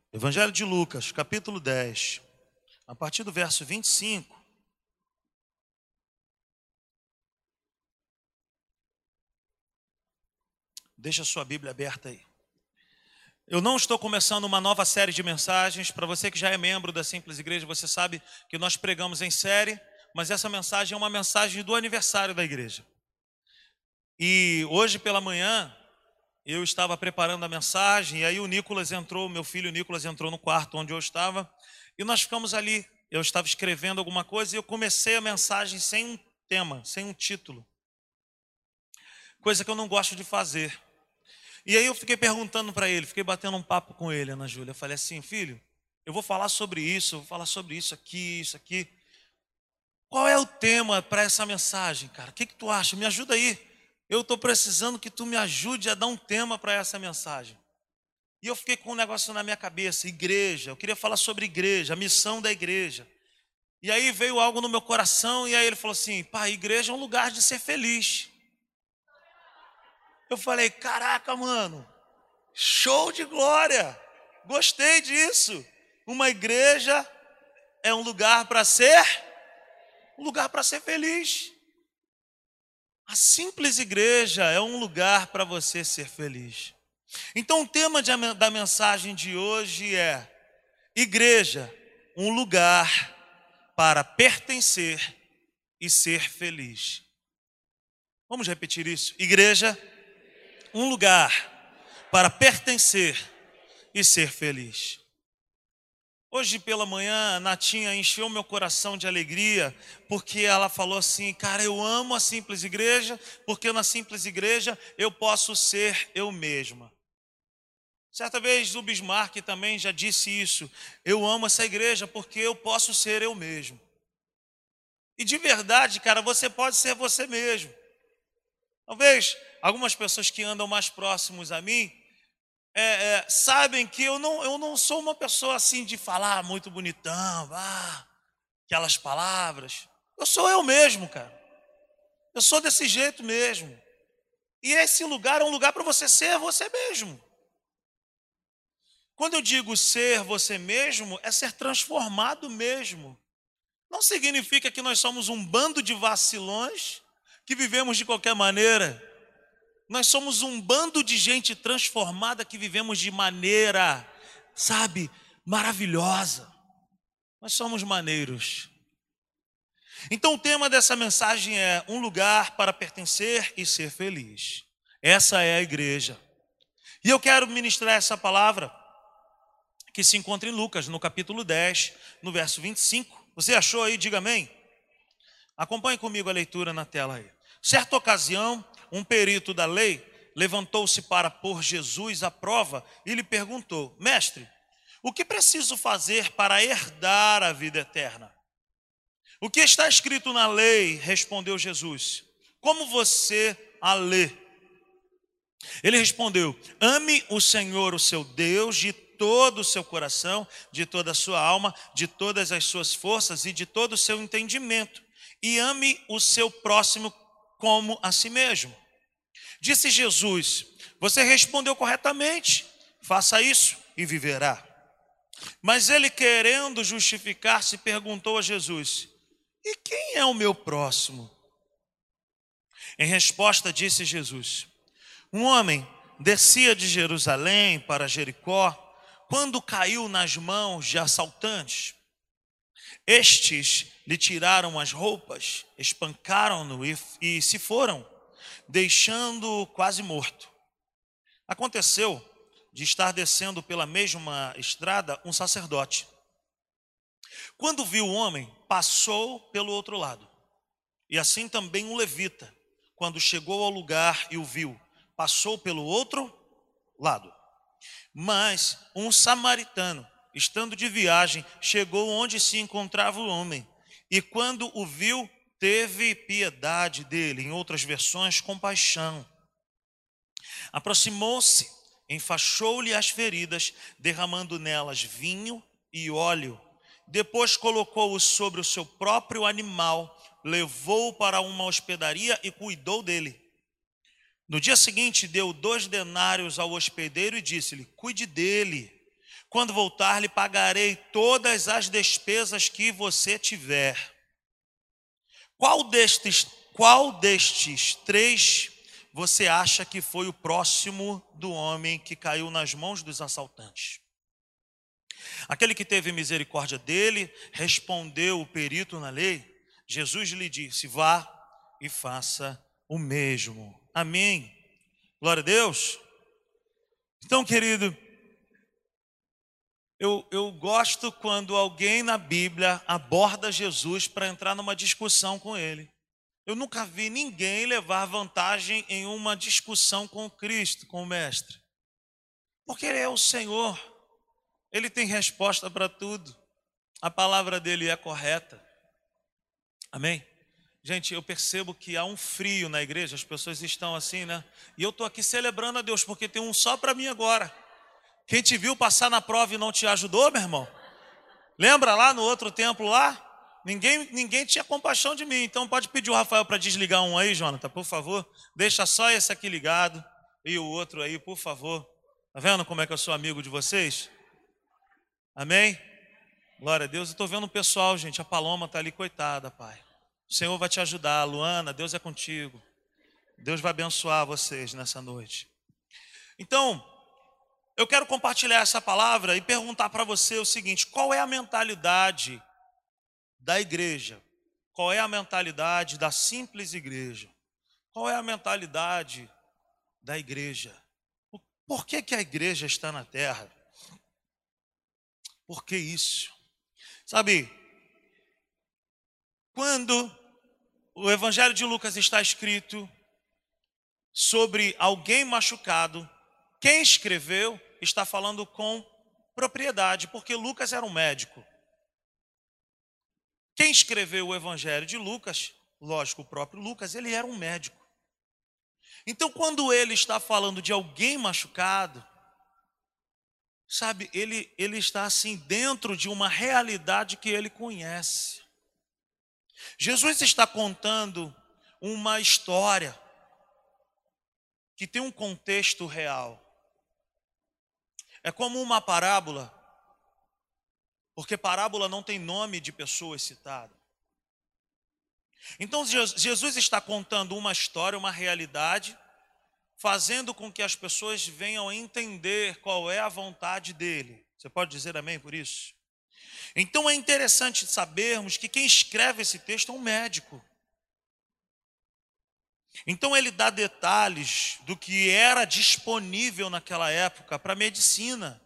Evangelho de Lucas, capítulo 10, a partir do verso 25. Deixa a sua Bíblia aberta aí. Eu não estou começando uma nova série de mensagens. Para você que já é membro da Simples Igreja, você sabe que nós pregamos em série, mas essa mensagem é uma mensagem do aniversário da igreja. E hoje pela manhã, eu estava preparando a mensagem, e aí o Nicolas entrou, meu filho Nicolas entrou no quarto onde eu estava, e nós ficamos ali. Eu estava escrevendo alguma coisa e eu comecei a mensagem sem um tema, sem um título. Coisa que eu não gosto de fazer. E aí eu fiquei perguntando para ele, fiquei batendo um papo com ele, Ana Júlia. Eu falei assim, filho, eu vou falar sobre isso, eu vou falar sobre isso aqui. Qual é o tema para essa mensagem, cara? O que tu acha? Me ajuda aí. Eu estou precisando que tu me ajude a dar um tema para essa mensagem. E eu fiquei com um negócio na minha cabeça, igreja. Eu queria falar sobre igreja, a missão da igreja. E aí veio algo no meu coração, e aí ele falou assim, pai, igreja é um lugar de ser feliz. Eu falei, caraca, mano, show de glória, gostei disso. Uma igreja é um lugar para ser feliz. A simples igreja é um lugar para você ser feliz. Então o tema da mensagem de hoje é igreja, um lugar para pertencer e ser feliz. Vamos repetir isso? Igreja, um lugar para pertencer e ser feliz. Hoje pela manhã, a Natinha encheu meu coração de alegria, porque ela falou assim, cara, eu amo a simples igreja, porque na simples igreja eu posso ser eu mesma. Certa vez o Bismarck também já disse isso, eu amo essa igreja porque eu posso ser eu mesmo. E de verdade, cara, você pode ser você mesmo. Talvez algumas pessoas que andam mais próximos a mim, sabem que eu não sou uma pessoa assim de falar muito bonitão, aquelas palavras. Eu sou eu mesmo, cara. Eu sou desse jeito mesmo. E esse lugar é um lugar para você ser você mesmo. Quando eu digo ser você mesmo, é ser transformado mesmo. Não significa que nós somos um bando de vacilões que vivemos de qualquer maneira. Nós somos um bando de gente transformada que vivemos de maneira, maravilhosa. Nós somos maneiros. Então o tema dessa mensagem é um lugar para pertencer e ser feliz. Essa é a igreja. E eu quero ministrar essa palavra que se encontra em Lucas, no capítulo 10, no verso 25. Você achou aí? Diga amém. Acompanhe comigo a leitura na tela aí. Certa ocasião, um perito da lei levantou-se para pôr Jesus à prova e lhe perguntou, mestre, o que preciso fazer para herdar a vida eterna? O que está escrito na lei? Respondeu Jesus. Como você a lê? Ele respondeu, ame o Senhor, o seu Deus, de todo o seu coração, de toda a sua alma, de todas as suas forças e de todo o seu entendimento. E ame o seu próximo como a si mesmo. Disse Jesus, você respondeu corretamente, faça isso e viverá. Mas ele, querendo justificar-se, perguntou a Jesus, e quem é o meu próximo? Em resposta disse Jesus, um homem descia de Jerusalém para Jericó, quando caiu nas mãos de assaltantes. Estes lhe tiraram as roupas, espancaram-no e se foram, deixando-o quase morto. Aconteceu de estar descendo pela mesma estrada um sacerdote. Quando viu o homem, passou pelo outro lado. E assim também um levita, quando chegou ao lugar e o viu, passou pelo outro lado. Mas um samaritano, estando de viagem, chegou onde se encontrava o homem. E quando o viu, teve piedade dele. Em outras versões, compaixão. Aproximou-se, enfaixou-lhe as feridas, derramando nelas vinho e óleo. Depois colocou-o sobre o seu próprio animal, levou-o para uma hospedaria e cuidou dele. No dia seguinte, deu 2 denários ao hospedeiro e disse-lhe, cuide dele. Quando voltar, lhe pagarei todas as despesas que você tiver. Qual destes três você acha que foi o próximo do homem que caiu nas mãos dos assaltantes? Aquele que teve misericórdia dele, respondeu o perito na lei. Jesus lhe disse: vá e faça o mesmo. Amém. Glória a Deus. Então, querido, eu gosto quando alguém na Bíblia aborda Jesus para entrar numa discussão com ele. Eu nunca vi ninguém levar vantagem em uma discussão com Cristo, com o Mestre. Porque Ele é o Senhor. Ele tem resposta para tudo. A palavra dele é correta. Amém? Gente, eu percebo que há um frio na igreja, as pessoas estão assim, né? E eu estou aqui celebrando a Deus, porque tem um só para mim agora. Quem te viu passar na prova e não te ajudou, meu irmão? Lembra lá no outro templo lá? Ninguém tinha compaixão de mim. Então pode pedir o Rafael para desligar um aí, Jonathan, por favor. Deixa só esse aqui ligado e o outro aí, por favor. Tá vendo como é que eu sou amigo de vocês? Amém? Glória a Deus. Eu estou vendo o pessoal, gente. A Paloma está ali, coitada, pai. O Senhor vai te ajudar. Luana, Deus é contigo. Deus vai abençoar vocês nessa noite. Então, eu quero compartilhar essa palavra e perguntar para você o seguinte: qual é a mentalidade da igreja? Qual é a mentalidade da simples igreja? Qual é a mentalidade da igreja? Por que a igreja está na terra? Por que isso? Sabe, quando o Evangelho de Lucas está escrito sobre alguém machucado, quem escreveu está falando com propriedade, porque Lucas era um médico. Quem escreveu o Evangelho de Lucas, lógico, o próprio Lucas, ele era um médico. Então, quando ele está falando de alguém machucado, sabe, ele está assim dentro de uma realidade que ele conhece. Jesus está contando uma história que tem um contexto real. É como uma parábola, porque parábola não tem nome de pessoas citadas. Então Jesus está contando uma história, uma realidade, fazendo com que as pessoas venham a entender qual é a vontade dele. Você pode dizer amém por isso? Então é interessante sabermos que quem escreve esse texto é um médico. Então ele dá detalhes do que era disponível naquela época para a medicina.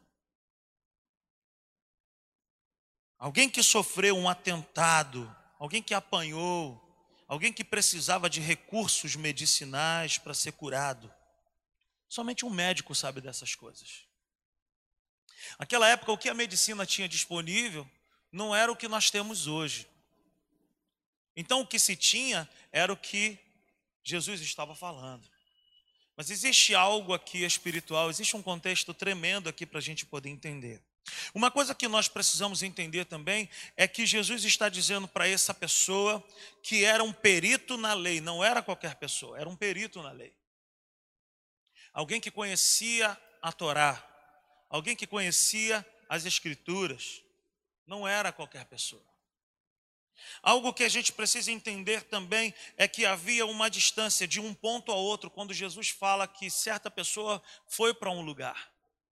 Alguém que sofreu um atentado, alguém que apanhou, alguém que precisava de recursos medicinais para ser curado. Somente um médico sabe dessas coisas. Naquela época, o que a medicina tinha disponível não era o que nós temos hoje. Então, o que se tinha era o que Jesus estava falando. Mas existe algo aqui espiritual, existe um contexto tremendo aqui para a gente poder entender. Uma coisa que nós precisamos entender também é que Jesus está dizendo para essa pessoa que era um perito na lei, não era qualquer pessoa, era um perito na lei. Alguém que conhecia a Torá, alguém que conhecia as Escrituras, não era qualquer pessoa. Algo que a gente precisa entender também é que havia uma distância de um ponto a outro quando Jesus fala que certa pessoa foi para um lugar.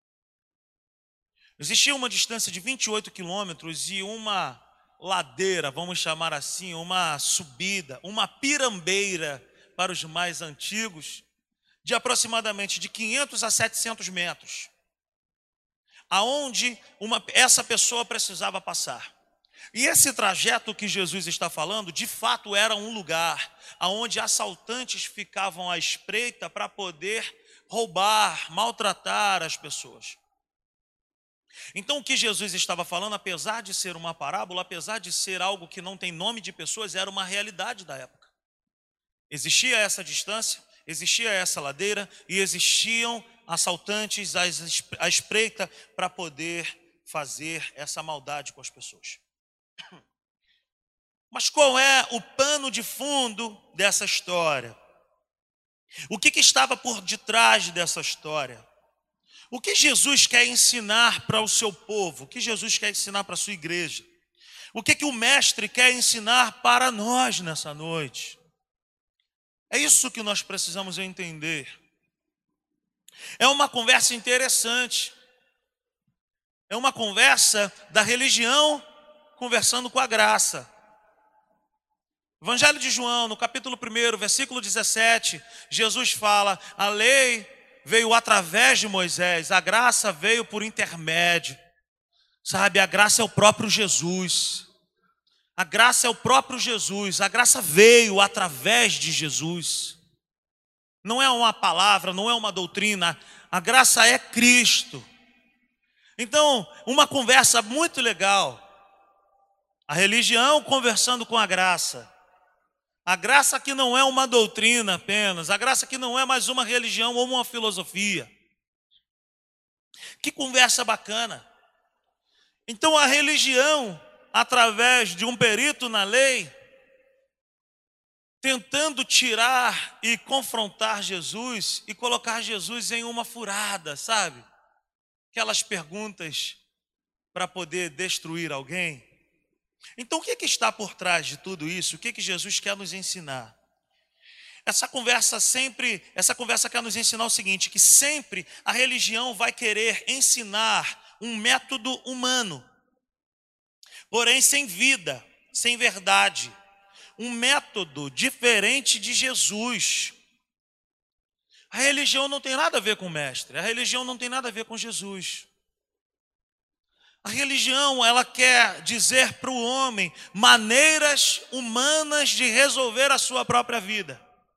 Existia uma distância de 28 quilômetros e uma ladeira, vamos chamar assim, uma subida, uma pirambeira para os mais antigos, de aproximadamente de 500 a 700 metros, aonde essa pessoa precisava passar. E esse trajeto que Jesus está falando, de fato era um lugar onde assaltantes ficavam à espreita para poder roubar, maltratar as pessoas. Então o que Jesus estava falando, apesar de ser uma parábola, apesar de ser algo que não tem nome de pessoas, era uma realidade da época. Existia essa distância, existia essa ladeira e existiam assaltantes à espreita para poder fazer essa maldade com as pessoas. Mas qual é o pano de fundo dessa história? O que estava por detrás dessa história? O que Jesus quer ensinar para o seu povo? O que Jesus quer ensinar para a sua igreja? O que o mestre quer ensinar para nós nessa noite? É isso que nós precisamos entender. É uma conversa interessante. É uma conversa da religião conversando com a graça. Evangelho de João, no capítulo 1, versículo 17, Jesus fala: a lei veio através de Moisés, a graça veio por intermédio. Sabe, a graça é o próprio Jesus. A graça é o próprio Jesus. A graça veio através de Jesus. Não é uma palavra, não é uma doutrina. A graça é Cristo. Então, uma conversa muito legal. A religião conversando com a graça. A graça que não é uma doutrina apenas. A graça que não é mais uma religião ou uma filosofia. Que conversa bacana. Então, a religião, através de um perito na lei, tentando tirar e confrontar Jesus e colocar Jesus em uma furada, sabe? Aquelas perguntas para poder destruir alguém. Então, o que está por trás de tudo isso? O que Jesus quer nos ensinar? Essa conversa quer nos ensinar o seguinte, que sempre a religião vai querer ensinar um método humano, porém sem vida, sem verdade. Um método diferente de Jesus. A religião não tem nada a ver com o mestre, a religião não tem nada a ver com Jesus. A religião, ela quer dizer para o homem maneiras humanas de resolver a sua própria vida.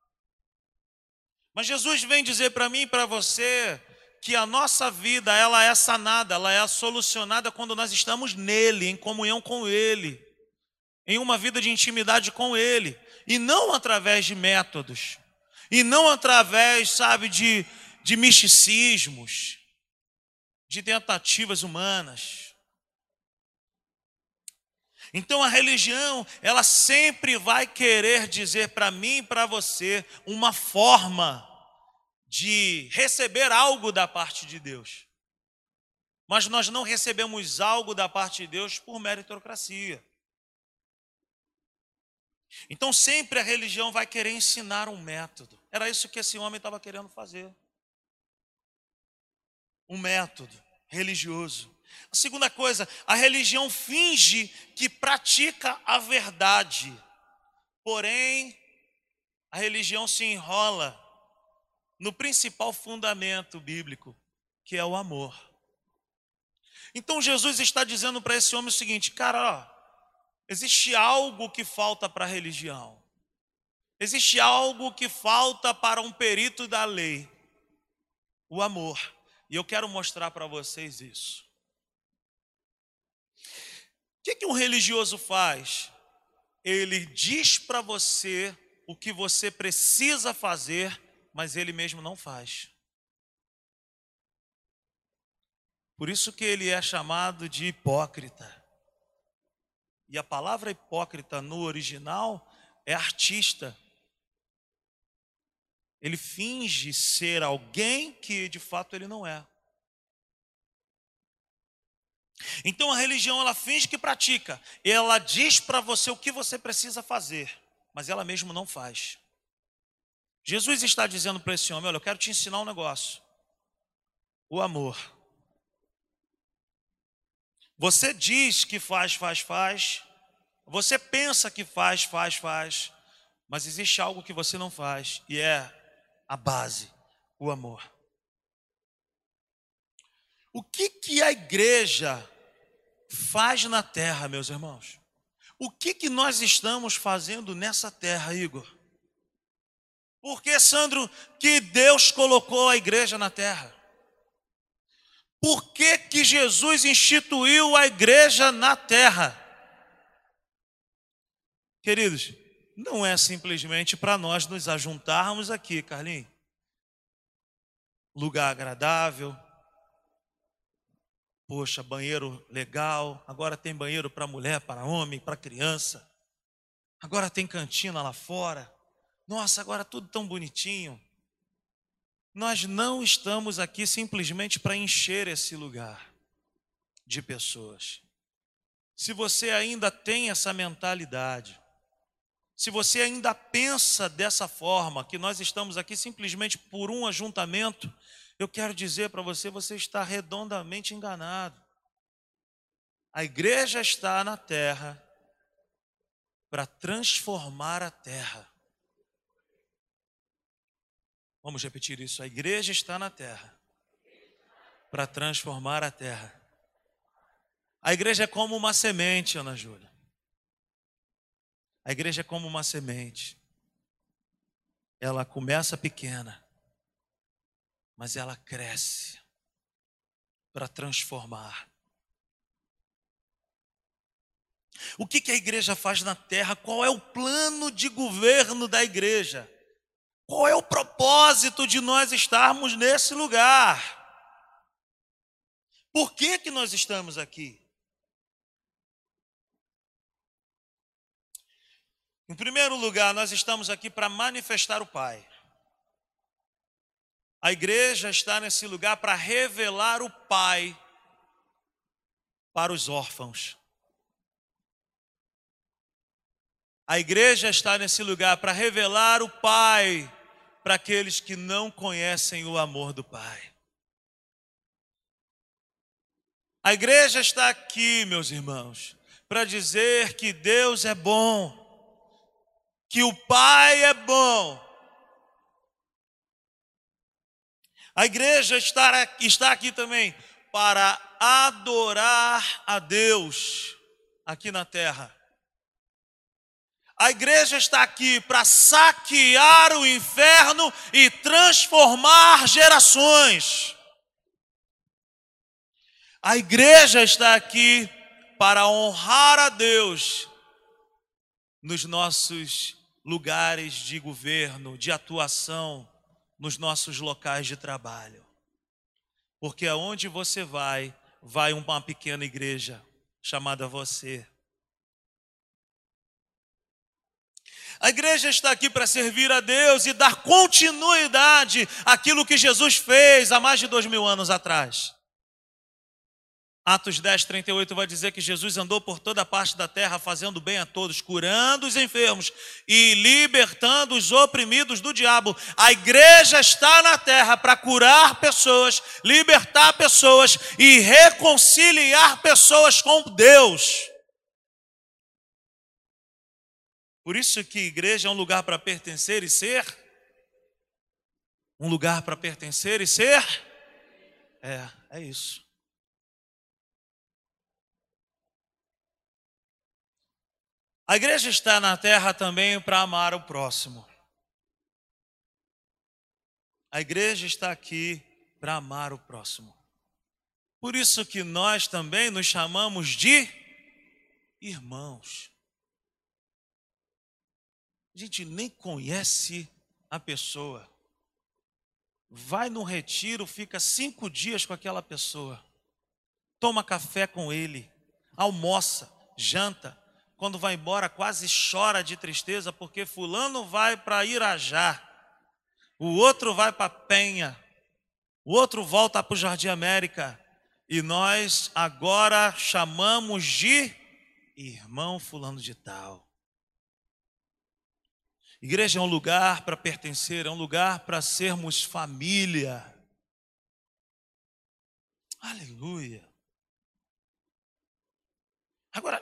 Mas Jesus vem dizer para mim e para você que a nossa vida, ela é sanada, ela é solucionada quando nós estamos nele, em comunhão com ele, em uma vida de intimidade com ele, e não através de métodos, e não através, sabe, de misticismos, de tentativas humanas. Então a religião, ela sempre vai querer dizer para mim e para você uma forma de receber algo da parte de Deus. Mas nós não recebemos algo da parte de Deus por meritocracia. Então sempre a religião vai querer ensinar um método. Era isso que esse homem estava querendo fazer. Um método religioso. A segunda coisa, a religião finge que pratica a verdade. Porém, a religião se enrola no principal fundamento bíblico, que é o amor. Então Jesus está dizendo para esse homem o seguinte: cara, ó, existe algo que falta para a religião. Existe algo que falta para um perito da lei. O amor. E eu quero mostrar para vocês isso. O que um religioso faz? Ele diz para você o que você precisa fazer, mas ele mesmo não faz. Por isso que ele é chamado de hipócrita. E a palavra hipócrita no original é artista. Ele finge ser alguém que de fato ele não é. Então a religião, ela finge que pratica. Ela diz para você o que você precisa fazer, mas ela mesma não faz. Jesus está dizendo para esse homem: olha, eu quero te ensinar um negócio. O amor. Você diz que faz. Você pensa que faz. Mas existe algo que você não faz, e é a base, o amor. O que a igreja faz na terra, meus irmãos? O que nós estamos fazendo nessa terra, Igor? Por que, Sandro, que Deus colocou a igreja na terra? Por que Jesus instituiu a igreja na terra? Queridos, não é simplesmente para nós nos ajuntarmos aqui, Carlinhos. Lugar agradável. Poxa, banheiro legal. Agora tem banheiro para mulher, para homem, para criança. Agora tem cantina lá fora. Nossa, agora tudo tão bonitinho. Nós não estamos aqui simplesmente para encher esse lugar de pessoas. Se você ainda tem essa mentalidade, se você ainda pensa dessa forma, que nós estamos aqui simplesmente por um ajuntamento, eu quero dizer para você, você está redondamente enganado. A igreja está na terra para transformar a terra. Vamos repetir isso. A igreja está na terra para transformar a terra. A igreja é como uma semente, Ana Júlia. A igreja é como uma semente. Ela começa pequena, mas ela cresce para transformar. O que a igreja faz na terra? Qual é o plano de governo da igreja? Qual é o propósito de nós estarmos nesse lugar? Por que nós estamos aqui? Em primeiro lugar, nós estamos aqui para manifestar o Pai. A igreja está nesse lugar para revelar o Pai para os órfãos. A igreja está nesse lugar para revelar o Pai para aqueles que não conhecem o amor do Pai. A igreja está aqui, meus irmãos, para dizer que Deus é bom, que o Pai é bom. A igreja está aqui também para adorar a Deus aqui na terra. A igreja está aqui para saquear o inferno e transformar gerações. A igreja está aqui para honrar a Deus nos nossos lugares de governo, de atuação, nos nossos locais de trabalho. Porque aonde você vai uma pequena igreja chamada você. A igreja está aqui para servir a Deus e dar continuidade àquilo que Jesus fez há mais de 2000 anos atrás. Atos 10, 38 vai dizer que Jesus andou por toda a parte da terra fazendo bem a todos, curando os enfermos e libertando os oprimidos do diabo. A igreja está na terra para curar pessoas, libertar pessoas e reconciliar pessoas com Deus. Por isso que igreja é um lugar para pertencer e ser. Um lugar para pertencer e ser. É isso. A igreja está na terra também para amar o próximo. A igreja está aqui para amar o próximo. Por isso que nós também nos chamamos de irmãos. A gente nem conhece a pessoa. Vai no retiro, fica 5 dias com aquela pessoa. Toma café com ele, almoça, janta. Quando vai embora, quase chora de tristeza, porque fulano vai para Irajá, o outro vai para Penha, o outro volta para o Jardim América, e nós agora chamamos de irmão fulano de tal. Igreja é um lugar para pertencer, é um lugar para sermos família. Aleluia. Agora,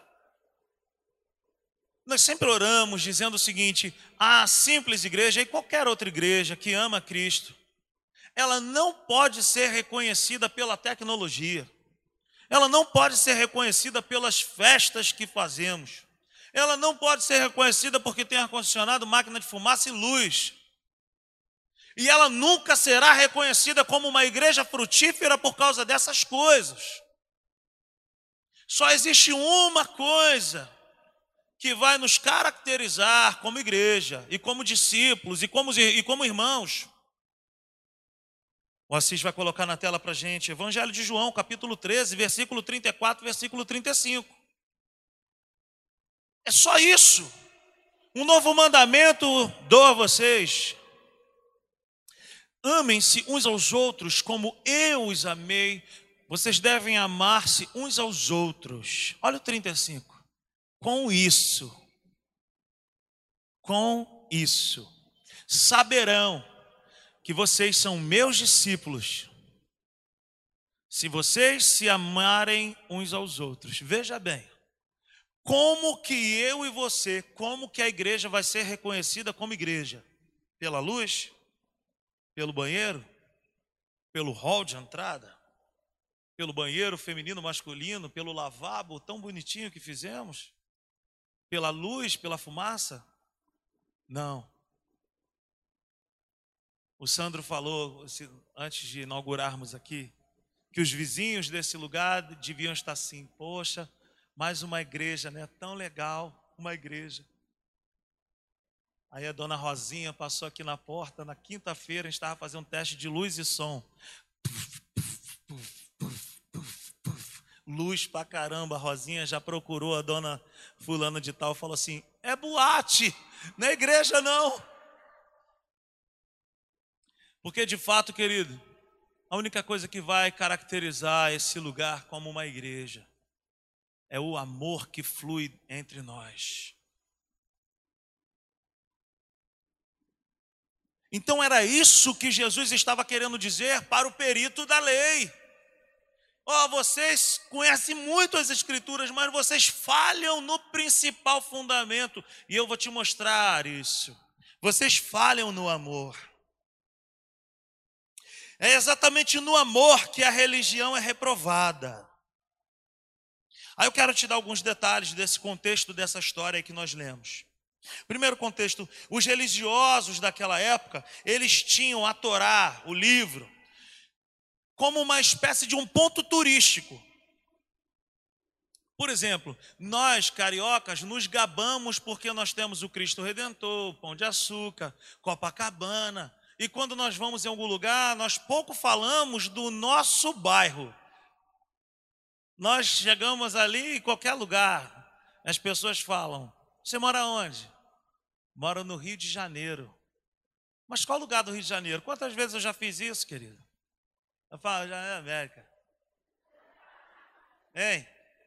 nós sempre oramos dizendo o seguinte: a simples igreja e qualquer outra igreja que ama Cristo, ela não pode ser reconhecida pela tecnologia, ela não pode ser reconhecida pelas festas que fazemos, ela não pode ser reconhecida porque tem ar-condicionado, máquina de fumaça e luz, e ela nunca será reconhecida como uma igreja frutífera por causa dessas coisas. Só existe uma coisa que vai nos caracterizar como igreja, e como discípulos, e como irmãos. O Assis vai colocar na tela para a gente, Evangelho de João, capítulo 13, versículo 34, versículo 35. É só isso. Um novo mandamento dou a vocês: Amem-se uns aos outros como eu os amei. Vocês devem amar-se uns aos outros. Olha o 35. Com isso, saberão que vocês são meus discípulos, se vocês se amarem uns aos outros. Veja bem, como que eu e você, como que a igreja vai ser reconhecida como igreja? Pela luz? Pelo banheiro? Pelo hall de entrada? Pelo banheiro feminino, masculino? Pelo lavabo tão bonitinho que fizemos? Pela luz, pela fumaça? Não. O Sandro falou, antes de inaugurarmos aqui, que os vizinhos desse lugar deviam estar assim: poxa, mais uma igreja, né? Tão legal, uma igreja. Aí a dona Rosinha passou aqui na porta, na quinta-feira, a gente estava fazendo um teste de luz e som. Luz pra caramba. A Rosinha já procurou a dona fulana de tal, falou assim: é boate, não é igreja não. Porque de fato, querido, a única coisa que vai caracterizar esse lugar como uma igreja é o amor que flui entre nós. Então era isso que Jesus estava querendo dizer para o perito da lei. Vocês conhecem muito as escrituras, mas vocês falham no principal fundamento. E eu vou te mostrar isso. Vocês falham no amor. É exatamente no amor que a religião é reprovada. Aí eu quero te dar alguns detalhes desse contexto, dessa história aí que nós lemos. Primeiro contexto, os religiosos daquela época, eles tinham a Torá, o livro, como uma espécie de um ponto turístico. Por exemplo, nós cariocas nos gabamos porque nós temos o Cristo Redentor, o Pão de Açúcar, Copacabana. E quando nós vamos em algum lugar, nós pouco falamos do nosso bairro. Nós chegamos ali em qualquer lugar, as pessoas falam: você mora onde? Moro no Rio de Janeiro. Mas qual lugar do Rio de Janeiro? Quantas vezes eu já fiz isso, querido? Eu falo: já é América. Hein?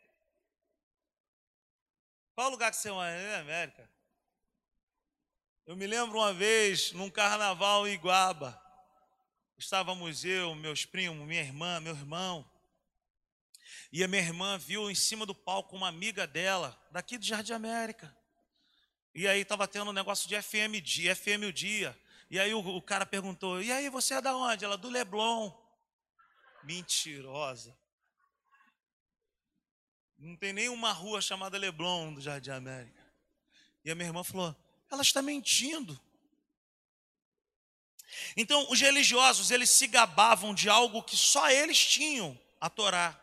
Qual lugar que você mora? É América. Eu me lembro uma vez, num carnaval em Iguaba. Estávamos eu, meus primos, minha irmã, meu irmão. E a minha irmã viu em cima do palco uma amiga dela, daqui do Jardim América. E aí estava tendo um negócio de FM o dia. E aí o cara perguntou: e aí, você é da onde? Ela: do Leblon. Mentirosa. Não tem nenhuma rua chamada Leblon do Jardim América. E a minha irmã falou: ela está mentindo. Então, os religiosos, eles se gabavam de algo que só eles tinham, a Torá.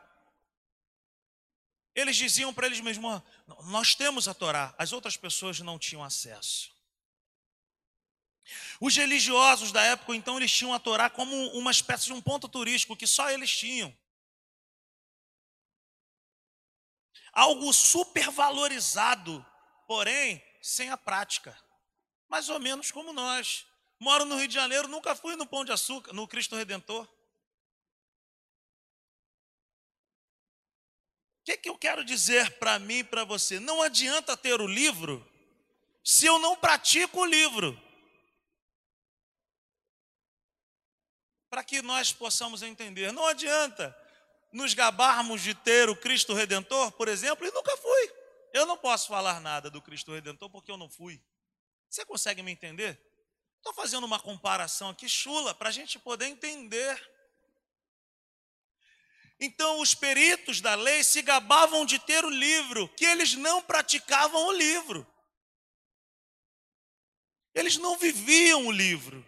Eles diziam para eles mesmos: nós temos a Torá, as outras pessoas não tinham acesso. Os religiosos da época, então, eles tinham a Torá como uma espécie de um ponto turístico que só eles tinham. Algo supervalorizado, porém, sem a prática. Mais ou menos como nós. Moro no Rio de Janeiro, nunca fui no Pão de Açúcar, no Cristo Redentor. O que eu quero dizer para mim e para você? Não adianta ter o livro se eu não pratico o livro. Para que nós possamos entender, não adianta nos gabarmos de ter o Cristo Redentor, por exemplo, e nunca fui. Eu não posso falar nada do Cristo Redentor porque eu não fui. Você consegue me entender? Estou fazendo uma comparação aqui chula para a gente poder entender. Então os peritos da lei se gabavam de ter o livro, que eles não praticavam o livro. Eles não viviam o livro.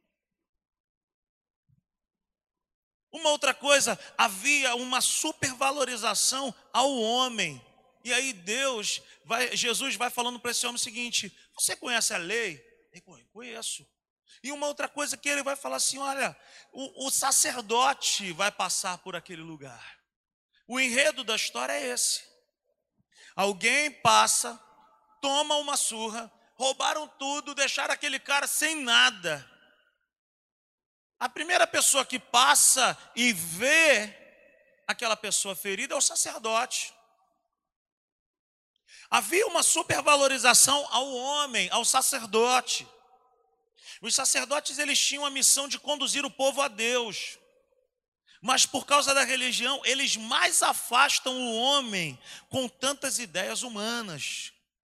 Uma outra coisa, havia uma supervalorização ao homem. E aí Jesus vai falando para esse homem o seguinte: você conhece a lei? Eu conheço. E uma outra coisa que ele vai falar assim: olha, o sacerdote vai passar por aquele lugar. O enredo da história é esse. Alguém passa, toma uma surra, roubaram tudo, deixaram aquele cara sem nada. A primeira pessoa que passa e vê aquela pessoa ferida é o sacerdote. Havia uma supervalorização ao homem, ao sacerdote. Os sacerdotes, eles tinham a missão de conduzir o povo a Deus. Mas por causa da religião, eles mais afastam o homem com tantas ideias humanas.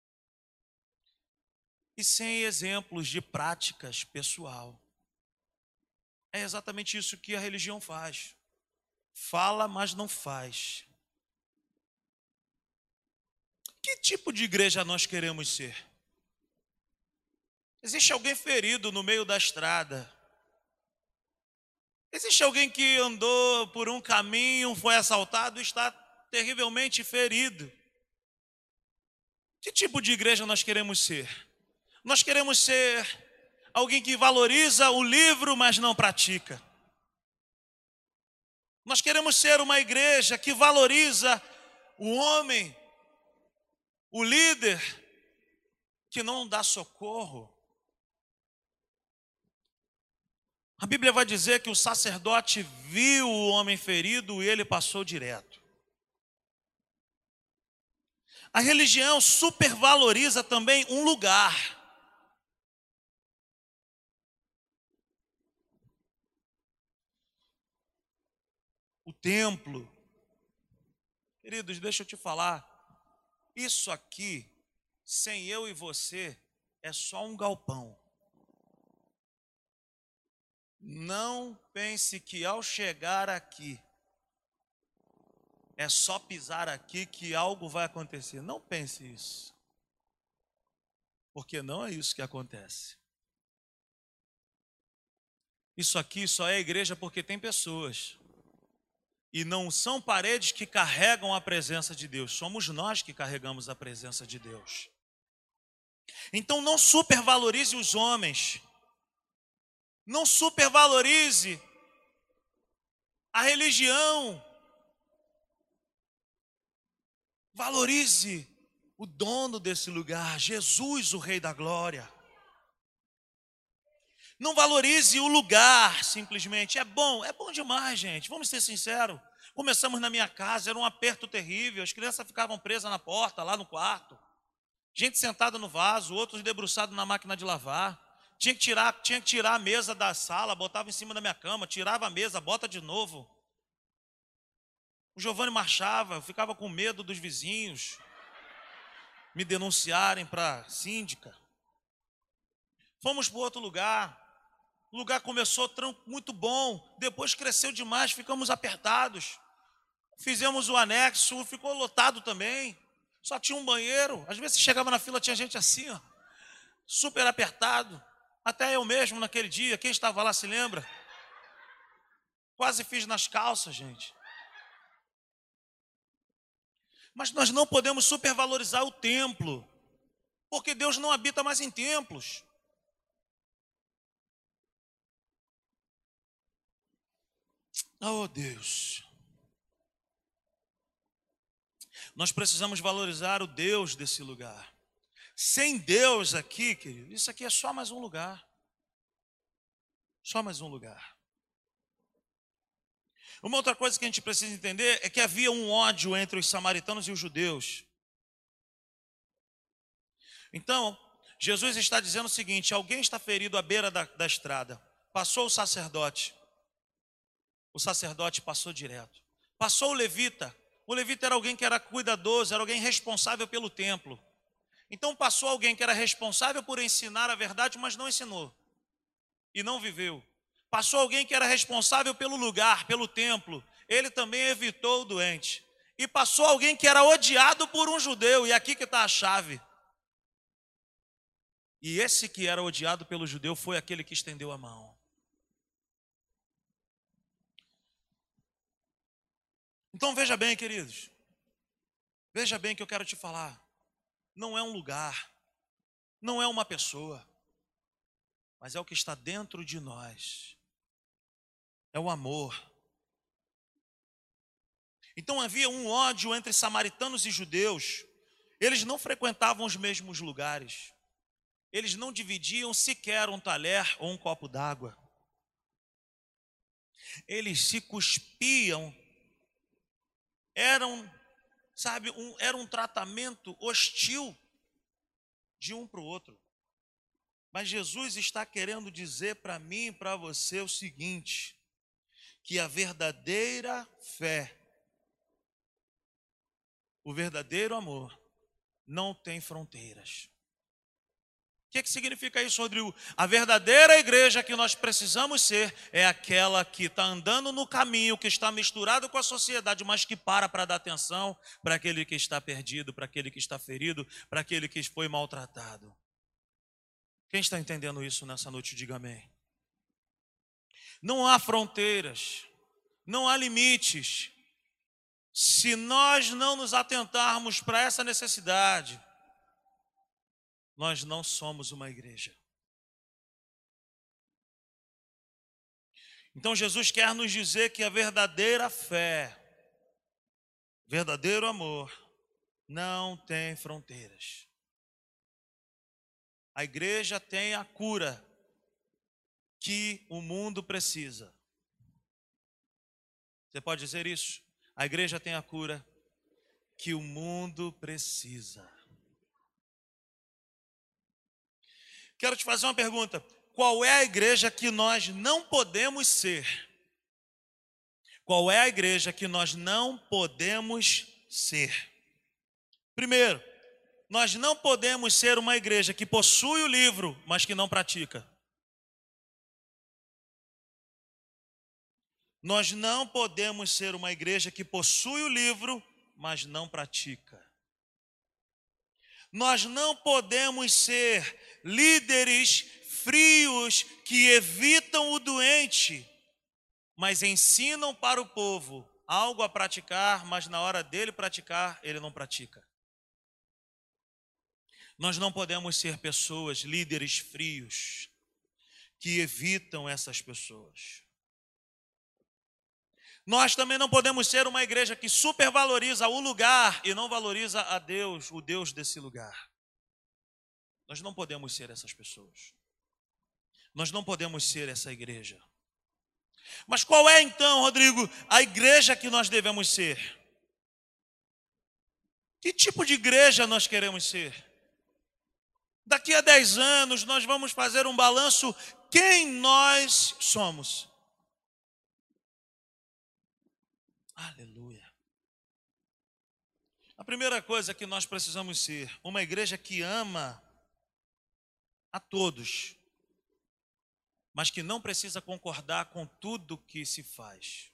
E sem exemplos de práticas pessoal. É exatamente isso que a religião faz. Fala, mas não faz. Que tipo de igreja nós queremos ser? Existe alguém ferido no meio da estrada? Existe alguém que andou por um caminho, foi assaltado e está terrivelmente ferido? Que tipo de igreja nós queremos ser? Nós queremos ser alguém que valoriza o livro, mas não pratica. Nós queremos ser uma igreja que valoriza o homem, o líder, que não dá socorro. A Bíblia vai dizer que o sacerdote viu o homem ferido e ele passou direto. A religião supervaloriza também um lugar. O templo. Queridos, deixa eu te falar. Isso aqui, sem eu e você, é só um galpão. Não pense que ao chegar aqui, é só pisar aqui que algo vai acontecer. Não pense isso. Porque não é isso que acontece. Isso aqui só é igreja porque tem pessoas. E não são paredes que carregam a presença de Deus. Somos nós que carregamos a presença de Deus. Então não supervalorize os homens. Não supervalorize a religião. Valorize o dono desse lugar, Jesus, o Rei da Glória. Não valorize o lugar, simplesmente. É bom demais, gente. Vamos ser sinceros. Começamos na minha casa, era um aperto terrível. As crianças ficavam presas na porta, lá no quarto. Gente sentada no vaso, outros debruçados na máquina de lavar. Tinha que tirar a mesa da sala, botava em cima da minha cama, tirava a mesa, bota de novo. O Giovanni marchava, eu ficava com medo dos vizinhos me denunciarem para a síndica. Fomos para outro lugar. O lugar começou muito bom, depois cresceu demais, ficamos apertados. Fizemos o anexo, ficou lotado também. Só tinha um banheiro. Às vezes chegava na fila, tinha gente assim, ó, super apertado. Até eu mesmo naquele dia, quem estava lá se lembra? Quase fiz nas calças, gente. Mas nós não podemos supervalorizar o templo, porque Deus não habita mais em templos. Oh, Deus. Nós precisamos valorizar o Deus desse lugar. Sem Deus aqui, querido, isso aqui é só mais um lugar. Só mais um lugar. Uma outra coisa que a gente precisa entender é que havia um ódio entre os samaritanos e os judeus. Então, Jesus está dizendo o seguinte: alguém está ferido à beira da estrada. Passou o sacerdote passou direto. Passou o levita era alguém que era cuidadoso, era alguém responsável pelo templo. Então passou alguém que era responsável por ensinar a verdade, mas não ensinou. E não viveu. Passou alguém que era responsável pelo lugar, pelo templo. Ele também evitou o doente. E passou alguém que era odiado por um judeu. E aqui que está a chave. E esse que era odiado pelo judeu foi aquele que estendeu a mão. Então veja bem, queridos. Veja bem que eu quero te falar. Não é um lugar. Não é uma pessoa. Mas é o que está dentro de nós. É o amor. Então havia um ódio entre samaritanos e judeus. Eles não frequentavam os mesmos lugares. Eles não dividiam sequer um talher ou um copo d'água. Eles se cuspiam, eram, sabe, era um tratamento hostil de um para o outro. Mas Jesus está querendo dizer para mim e para você o seguinte, que a verdadeira fé, o verdadeiro amor, não tem fronteiras. O que significa isso, Rodrigo? A verdadeira igreja que nós precisamos ser é aquela que está andando no caminho, que está misturado com a sociedade, mas que para dar atenção para aquele que está perdido, para aquele que está ferido, para aquele que foi maltratado. Quem está entendendo isso nessa noite, diga amém. Não há fronteiras, não há limites. Se nós não nos atentarmos para essa necessidade, nós não somos uma igreja. Então Jesus quer nos dizer que a verdadeira fé, verdadeiro amor, não tem fronteiras. A igreja tem a cura que o mundo precisa. Você pode dizer isso? A igreja tem a cura que o mundo precisa. Quero te fazer uma pergunta. Qual é a igreja que nós não podemos ser? Qual é a igreja que nós não podemos ser? Primeiro, nós não podemos ser uma igreja que possui o livro, mas que não pratica. Nós não podemos ser uma igreja que possui o livro, mas não pratica. Nós não podemos ser líderes frios que evitam o doente, mas ensinam para o povo algo a praticar, mas na hora dele praticar, ele não pratica. Nós não podemos ser pessoas, líderes frios, que evitam essas pessoas. Nós também não podemos ser uma igreja que supervaloriza o lugar e não valoriza a Deus, o Deus desse lugar. Nós não podemos ser essas pessoas. Nós não podemos ser essa igreja. Mas qual é então, Rodrigo, a igreja que nós devemos ser? Que tipo de igreja nós queremos ser? Daqui a 10 anos nós vamos fazer um balanço, quem nós somos. Aleluia. A primeira coisa que nós precisamos ser, uma igreja que ama a todos, mas que não precisa concordar com tudo que se faz.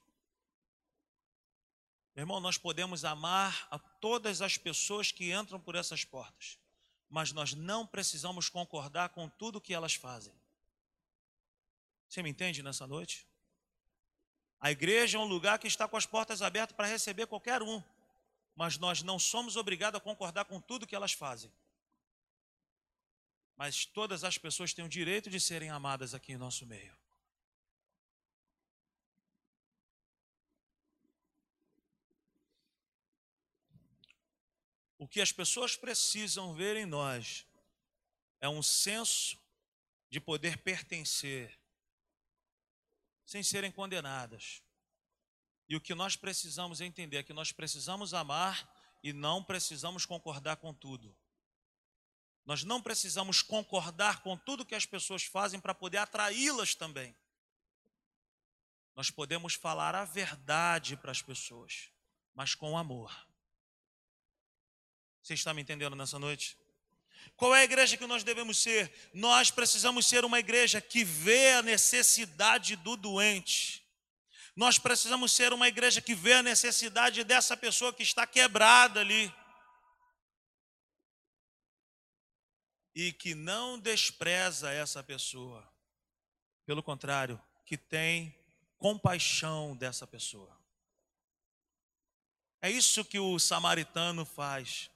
Meu irmão, nós podemos amar a todas as pessoas que entram por essas portas, mas nós não precisamos concordar com tudo que elas fazem. Você me entende nessa noite? A igreja é um lugar que está com as portas abertas para receber qualquer um, mas nós não somos obrigados a concordar com tudo que elas fazem. Mas todas as pessoas têm o direito de serem amadas aqui em nosso meio. O que as pessoas precisam ver em nós é um senso de poder pertencer, sem serem condenadas. E o que nós precisamos entender é que nós precisamos amar e não precisamos concordar com tudo. Nós não precisamos concordar com tudo que as pessoas fazem para poder atraí-las também. Nós podemos falar a verdade para as pessoas, mas com amor. Você está me entendendo nessa noite? Qual é a igreja que nós devemos ser? Nós precisamos ser uma igreja que vê a necessidade do doente. Nós precisamos ser uma igreja que vê a necessidade dessa pessoa que está quebrada ali. E que não despreza essa pessoa. Pelo contrário, que tem compaixão dessa pessoa. É isso que o samaritano faz.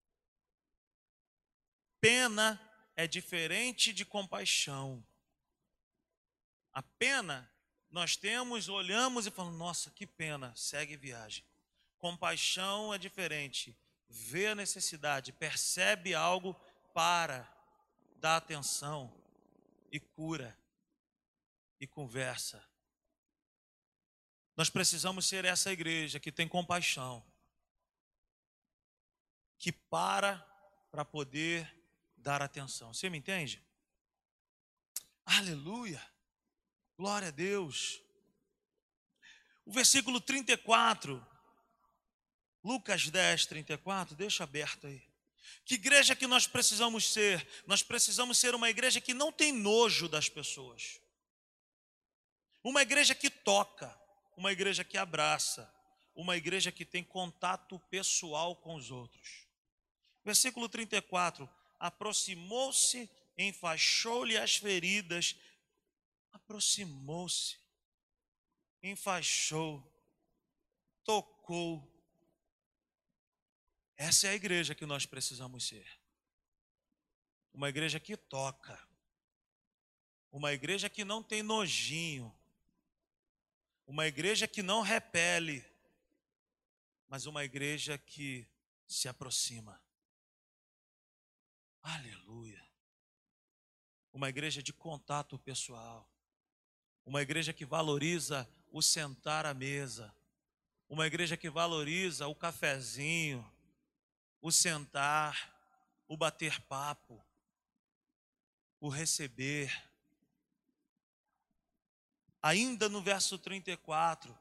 Pena é diferente de compaixão. A pena, nós temos, olhamos e falamos, nossa, que pena, segue viagem. Compaixão é diferente. Vê a necessidade, percebe algo, para, dá atenção e cura e conversa. Nós precisamos ser essa igreja que tem compaixão, que para poder dar atenção. Você me entende? Aleluia! Glória a Deus! O versículo 34, Lucas 10, 34, deixa aberto aí. Que igreja que nós precisamos ser? Nós precisamos ser uma igreja que não tem nojo das pessoas. Uma igreja que toca, uma igreja que abraça, uma igreja que tem contato pessoal com os outros. Versículo 34, aproximou-se, enfaixou-lhe as feridas, aproximou-se, enfaixou, tocou. Essa é a igreja que nós precisamos ser. Uma igreja que toca. Uma igreja que não tem nojinho. Uma igreja que não repele. Mas uma igreja que se aproxima. Aleluia. Uma igreja de contato pessoal. Uma igreja que valoriza o sentar à mesa. Uma igreja que valoriza o cafezinho, o sentar, o bater papo, o receber. Ainda no verso 34,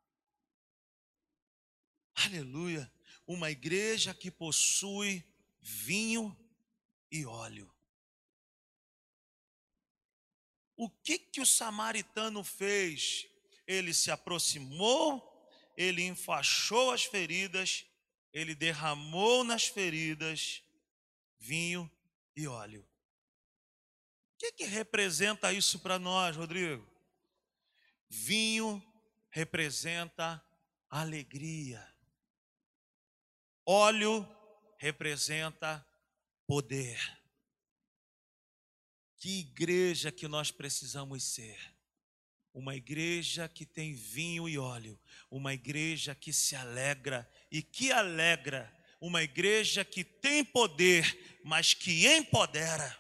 aleluia, uma igreja que possui vinho e óleo. O que o samaritano fez? Ele se aproximou, ele enfaixou as feridas, ele derramou nas feridas vinho e óleo. O que representa isso para nós, Rodrigo? Vinho representa alegria. Óleo representa poder. Que igreja que nós precisamos ser? Uma igreja que tem vinho e óleo, uma igreja que se alegra e que alegra, uma igreja que tem poder, mas que empodera.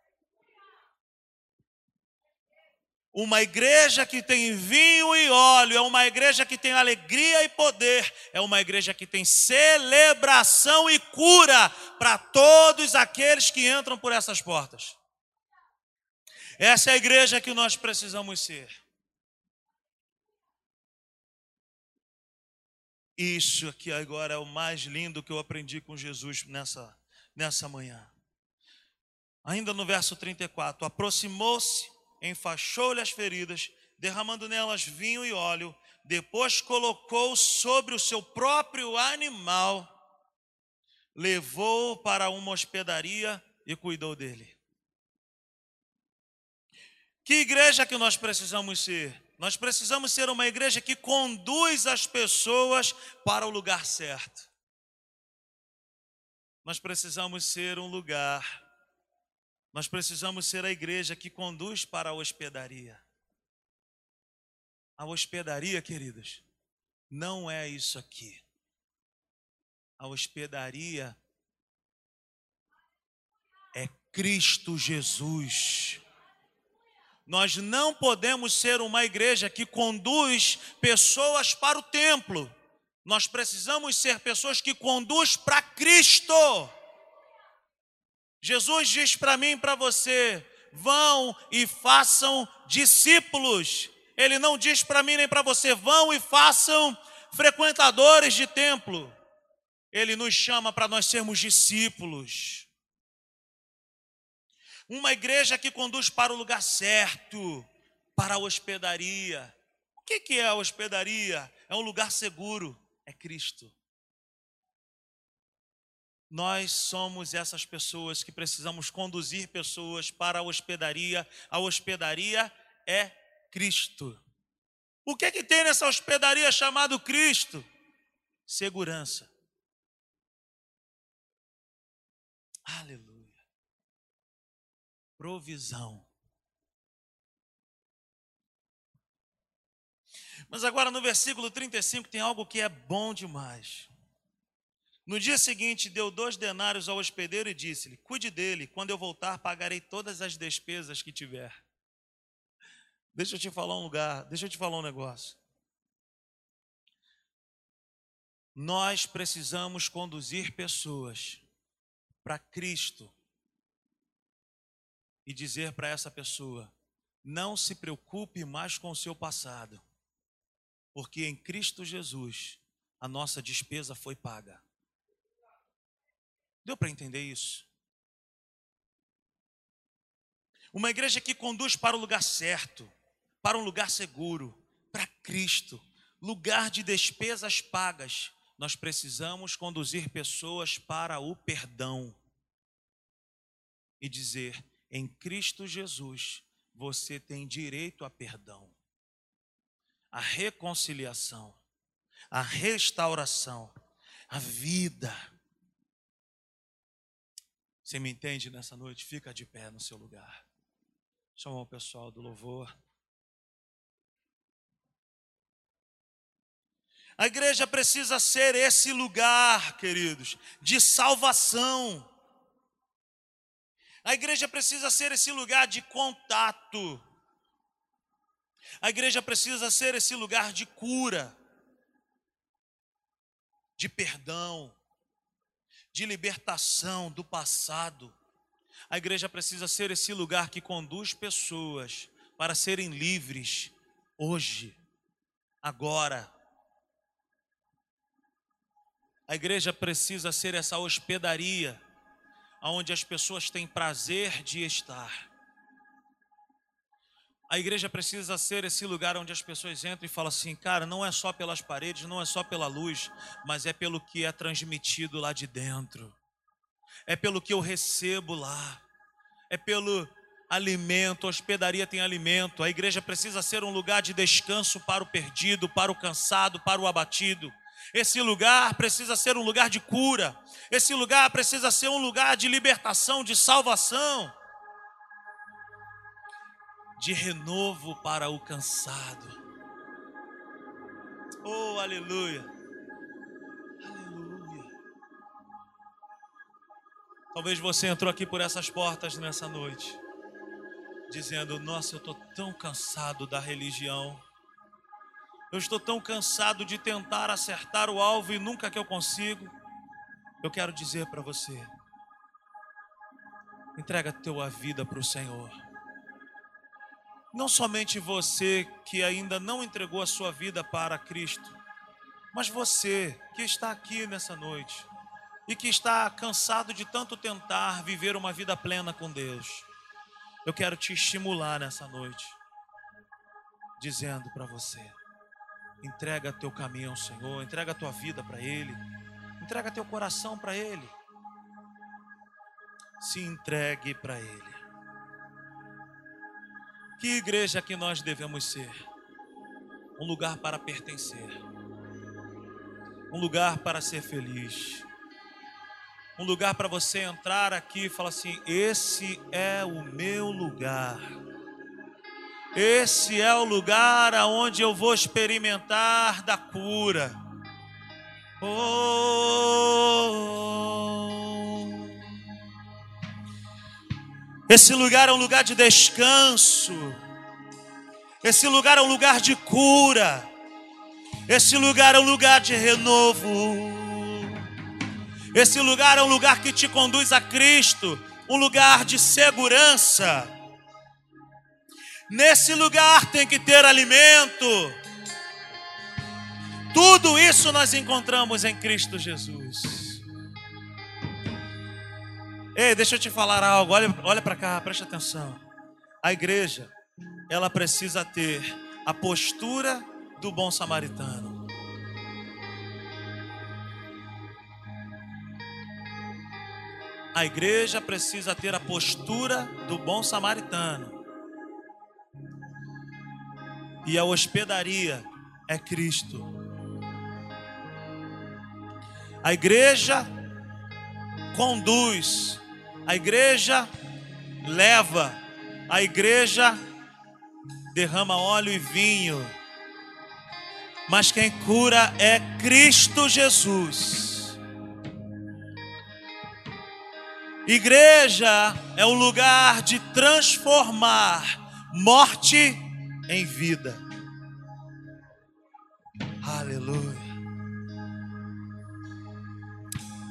Uma igreja que tem vinho e óleo, é uma igreja que tem alegria e poder, é uma igreja que tem celebração e cura para todos aqueles que entram por essas portas. Essa é a igreja que nós precisamos ser. Isso aqui agora é o mais lindo que eu aprendi com Jesus nessa manhã. Ainda no verso 34, aproximou-se, enfaixou-lhe as feridas, derramando nelas vinho e óleo, depois colocou sobre o seu próprio animal, levou-o para uma hospedaria e cuidou dele. Que igreja que nós precisamos ser? Nós precisamos ser uma igreja que conduz as pessoas para o lugar certo. Nós precisamos ser um lugar. Nós precisamos ser a igreja que conduz para a hospedaria. A hospedaria, queridos, não é isso aqui. A hospedaria é Cristo Jesus. Nós não podemos ser uma igreja que conduz pessoas para o templo. Nós precisamos ser pessoas que conduz para Cristo. Jesus diz para mim e para você, vão e façam discípulos. Ele não diz para mim nem para você, vão e façam frequentadores de templo. Ele nos chama para nós sermos discípulos. Uma igreja que conduz para o lugar certo, para a hospedaria. O que é a hospedaria? É um lugar seguro, é Cristo. Nós somos essas pessoas que precisamos conduzir pessoas para a hospedaria. A hospedaria é Cristo. O que tem nessa hospedaria chamado Cristo? Segurança. Aleluia. Provisão. Mas agora no versículo 35 tem algo que é bom demais. No dia seguinte deu 2 denários ao hospedeiro e disse-lhe, cuide dele, quando eu voltar pagarei todas as despesas que tiver. Deixa eu te falar um negócio. Nós precisamos conduzir pessoas para Cristo e dizer para essa pessoa: não se preocupe mais com o seu passado, porque em Cristo Jesus a nossa despesa foi paga. Deu para entender isso? Uma igreja que conduz para o lugar certo, para um lugar seguro, para Cristo, lugar de despesas pagas. Nós precisamos conduzir pessoas para o perdão e dizer: em Cristo Jesus você tem direito a perdão, a reconciliação, a restauração, a vida. Você me entende nessa noite? Fica de pé no seu lugar. Chama o pessoal do louvor. A igreja precisa ser esse lugar, queridos, de salvação. A igreja precisa ser esse lugar de contato. A igreja precisa ser esse lugar de cura, de perdão, de libertação do passado. A igreja precisa ser esse lugar que conduz pessoas para serem livres hoje, agora. A igreja precisa ser essa hospedaria onde as pessoas têm prazer de estar. A igreja precisa ser esse lugar onde as pessoas entram e falam assim: cara, não é só pelas paredes, não é só pela luz, mas é pelo que é transmitido lá de dentro. É pelo que eu recebo lá. É pelo alimento. A hospedaria tem alimento. A igreja precisa ser um lugar de descanso para o perdido, para o cansado, para o abatido. Esse lugar precisa ser um lugar de cura. Esse lugar precisa ser um lugar de libertação, de salvação, de renovo para o cansado. Oh, aleluia. Aleluia. Talvez você entrou aqui por essas portas nessa noite, dizendo: nossa, eu estou tão cansado da religião. Eu estou tão cansado de tentar acertar o alvo e nunca que eu consigo. Eu quero dizer para você: entrega a tua vida para o Senhor. Não somente você que ainda não entregou a sua vida para Cristo, mas você que está aqui nessa noite e que está cansado de tanto tentar viver uma vida plena com Deus. Eu quero te estimular nessa noite, dizendo para você: entrega teu caminho ao Senhor, entrega a tua vida para Ele, entrega teu coração para Ele. Se entregue para Ele. Que igreja que nós devemos ser? Um lugar para pertencer, um lugar para ser feliz, um lugar para você entrar aqui e falar assim: esse é o meu lugar. Esse é o lugar aonde eu vou experimentar da cura. Esse lugar é um lugar de descanso. Esse lugar é um lugar de cura. Esse lugar é um lugar de renovo. Esse lugar é um lugar que te conduz a Cristo. Um lugar de segurança. Nesse lugar tem que ter alimento. Tudo isso nós encontramos em Cristo Jesus. Ei, deixa eu te falar algo. Olha para cá, preste atenção. A igreja, ela precisa ter a postura do bom samaritano. A igreja precisa ter a postura do bom samaritano. E a hospedaria é Cristo. A igreja conduz, a igreja leva, a igreja derrama óleo e vinho. Mas quem cura é Cristo Jesus. Igreja é um lugar de transformar morte em vida. Aleluia.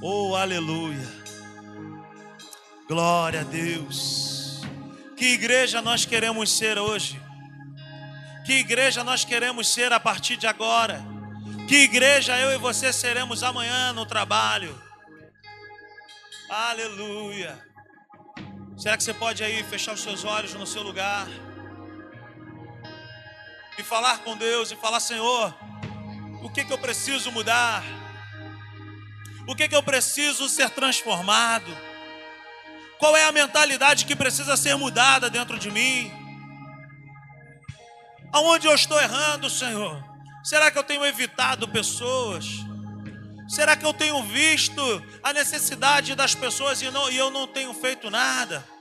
Oh, aleluia. Glória a Deus. Que igreja nós queremos ser hoje? Que igreja nós queremos ser a partir de agora? Que igreja eu e você seremos amanhã no trabalho? Aleluia. Será que você pode aí fechar os seus olhos no seu lugar e falar com Deus e falar: Senhor, o que eu preciso mudar? O que eu preciso ser transformado? Qual é a mentalidade que precisa ser mudada dentro de mim? Aonde eu estou errando, Senhor? Será que eu tenho evitado pessoas? Será que eu tenho visto a necessidade das pessoas e eu não tenho feito nada?